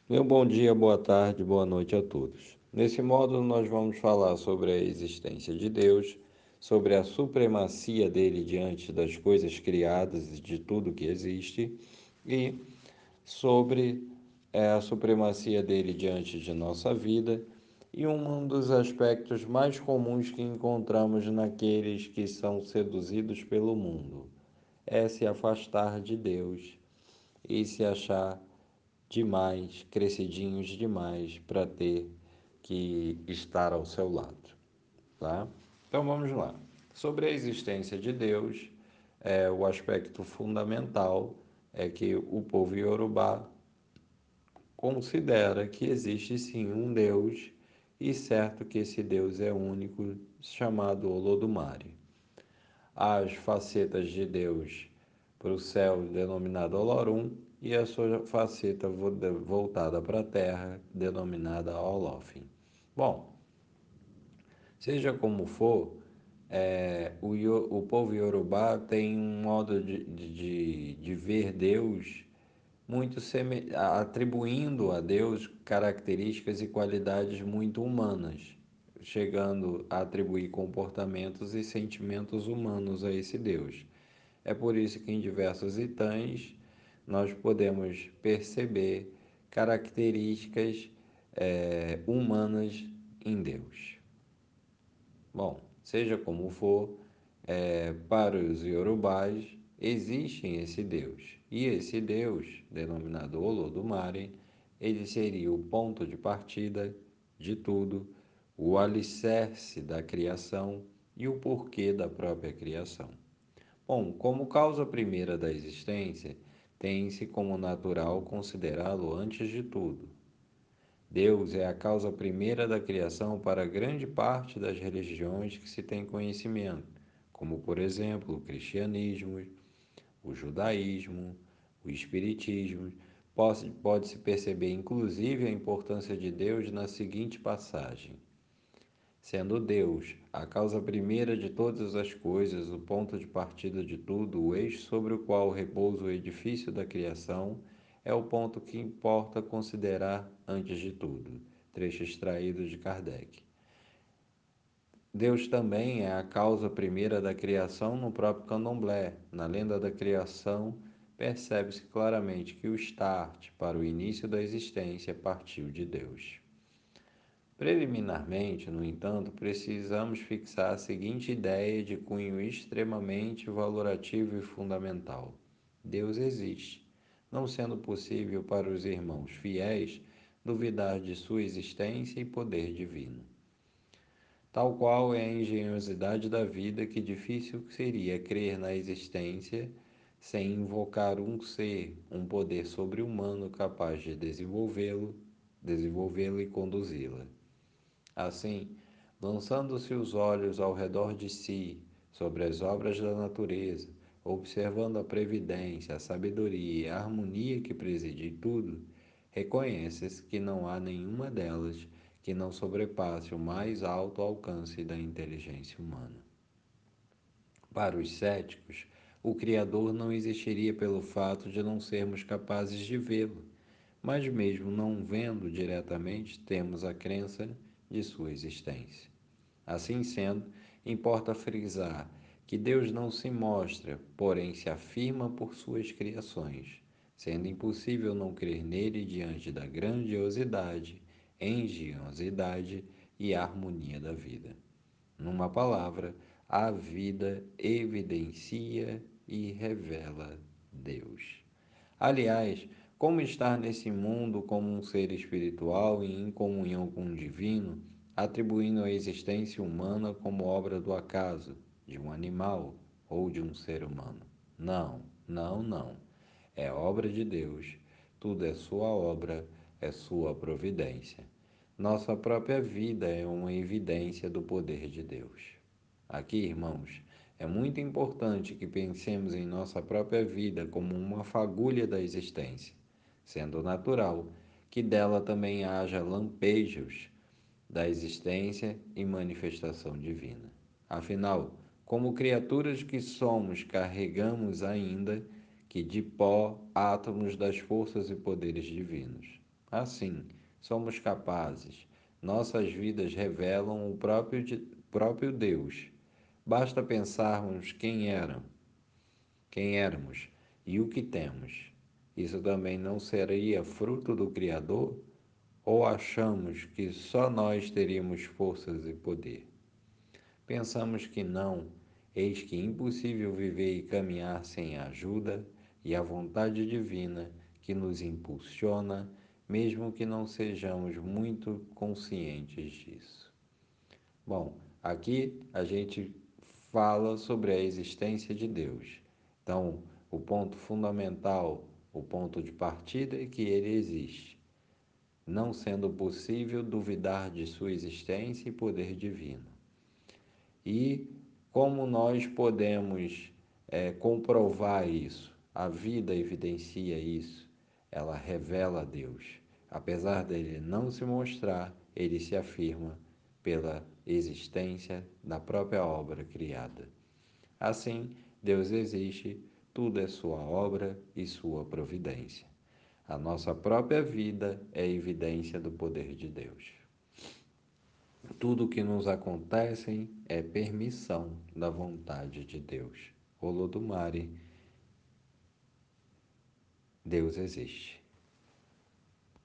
Meu bom dia, boa tarde, boa noite a todos. Nesse módulo, nós vamos falar sobre a existência de Deus, sobre a supremacia dele diante das coisas criadas e de tudo que existe, e sobre a supremacia dele diante de nossa vida, e um dos aspectos mais comuns que encontramos naqueles que são seduzidos pelo mundo é se afastar de Deus e se achar demais, crescidinhos demais para ter que estar ao seu lado, tá? Então vamos lá. Sobre a existência de Deus, o aspecto fundamental é que o povo iorubá considera que existe sim um Deus e certo que esse Deus é único, chamado Olodumare. As facetas de Deus para o céu, denominada Olorum, e a sua faceta voltada para a terra, denominada Olofim. Bom, seja como for, o povo iorubá tem um modo de ver Deus muito atribuindo a Deus características e qualidades muito humanas, chegando a atribuir comportamentos e sentimentos humanos a esse Deus. É por isso que em diversos itãs nós podemos perceber características humanas em Deus. Bom, seja como for, para os iorubás existe esse Deus. E esse Deus, denominado Olodumare, ele seria o ponto de partida de tudo, o alicerce da criação e o porquê da própria criação. Bom, como causa primeira da existência, tem-se como natural considerá-lo antes de tudo. Deus é a causa primeira da criação para grande parte das religiões que se tem conhecimento, como, por exemplo, o cristianismo, o judaísmo, o espiritismo. Pode-se perceber, inclusive, a importância de Deus na seguinte passagem: sendo Deus a causa primeira de todas as coisas, o ponto de partida de tudo, o eixo sobre o qual repousa o edifício da criação, é o ponto que importa considerar antes de tudo. Trecho extraído de Kardec. Deus também é a causa primeira da criação no próprio candomblé. Na lenda da criação, percebe-se claramente que o start para o início da existência partiu de Deus. Preliminarmente, no entanto, precisamos fixar a seguinte ideia de cunho extremamente valorativo e fundamental: Deus existe, não sendo possível para os irmãos fiéis duvidar de sua existência e poder divino. Tal qual é a engenhosidade da vida que difícil seria crer na existência sem invocar um ser, um poder sobre-humano capaz de desenvolvê-lo e conduzi-la. Assim, lançando-se os olhos ao redor de si, sobre as obras da natureza, observando a previdência, a sabedoria e a harmonia que preside tudo, reconhece-se que não há nenhuma delas que não sobrepasse o mais alto alcance da inteligência humana. Para os céticos, o Criador não existiria pelo fato de não sermos capazes de vê-lo, mas mesmo não vendo diretamente, temos a crença de sua existência. Assim sendo, importa frisar que Deus não se mostra, porém se afirma por suas criações, sendo impossível não crer nele diante da grandiosidade, engenhosidade e harmonia da vida. Numa palavra, a vida evidencia e revela Deus. Aliás, como estar nesse mundo como um ser espiritual e em comunhão com o divino, atribuindo a existência humana como obra do acaso, de um animal ou de um ser humano? Não, não, não. É obra de Deus, tudo é sua obra, é sua providência. Nossa própria vida é uma evidência do poder de Deus. Aqui, irmãos, é muito importante que pensemos em nossa própria vida como uma fagulha da existência, sendo natural que dela também haja lampejos da existência e manifestação divina. Afinal, como criaturas que somos, carregamos ainda que de pó átomos das forças e poderes divinos. Assim, somos capazes. Nossas vidas revelam o próprio Deus. Basta pensarmos quem éramos e o que temos. Isso também não seria fruto do Criador? Ou achamos que só nós teríamos forças e poder? Pensamos que não, eis que é impossível viver e caminhar sem a ajuda e a vontade divina que nos impulsiona, mesmo que não sejamos muito conscientes disso. Bom, aqui a gente fala sobre a existência de Deus. Então, o ponto fundamental, o ponto de partida é que ele existe, não sendo possível duvidar de sua existência e poder divino. E como nós podemos comprovar isso? A vida evidencia isso, ela revela Deus. Apesar dele não se mostrar, ele se afirma pela existência da própria obra criada. Assim, Deus existe, tudo é sua obra e sua providência. A nossa própria vida é evidência do poder de Deus. Tudo o que nos acontece é permissão da vontade de Deus. Olodumare, Deus existe.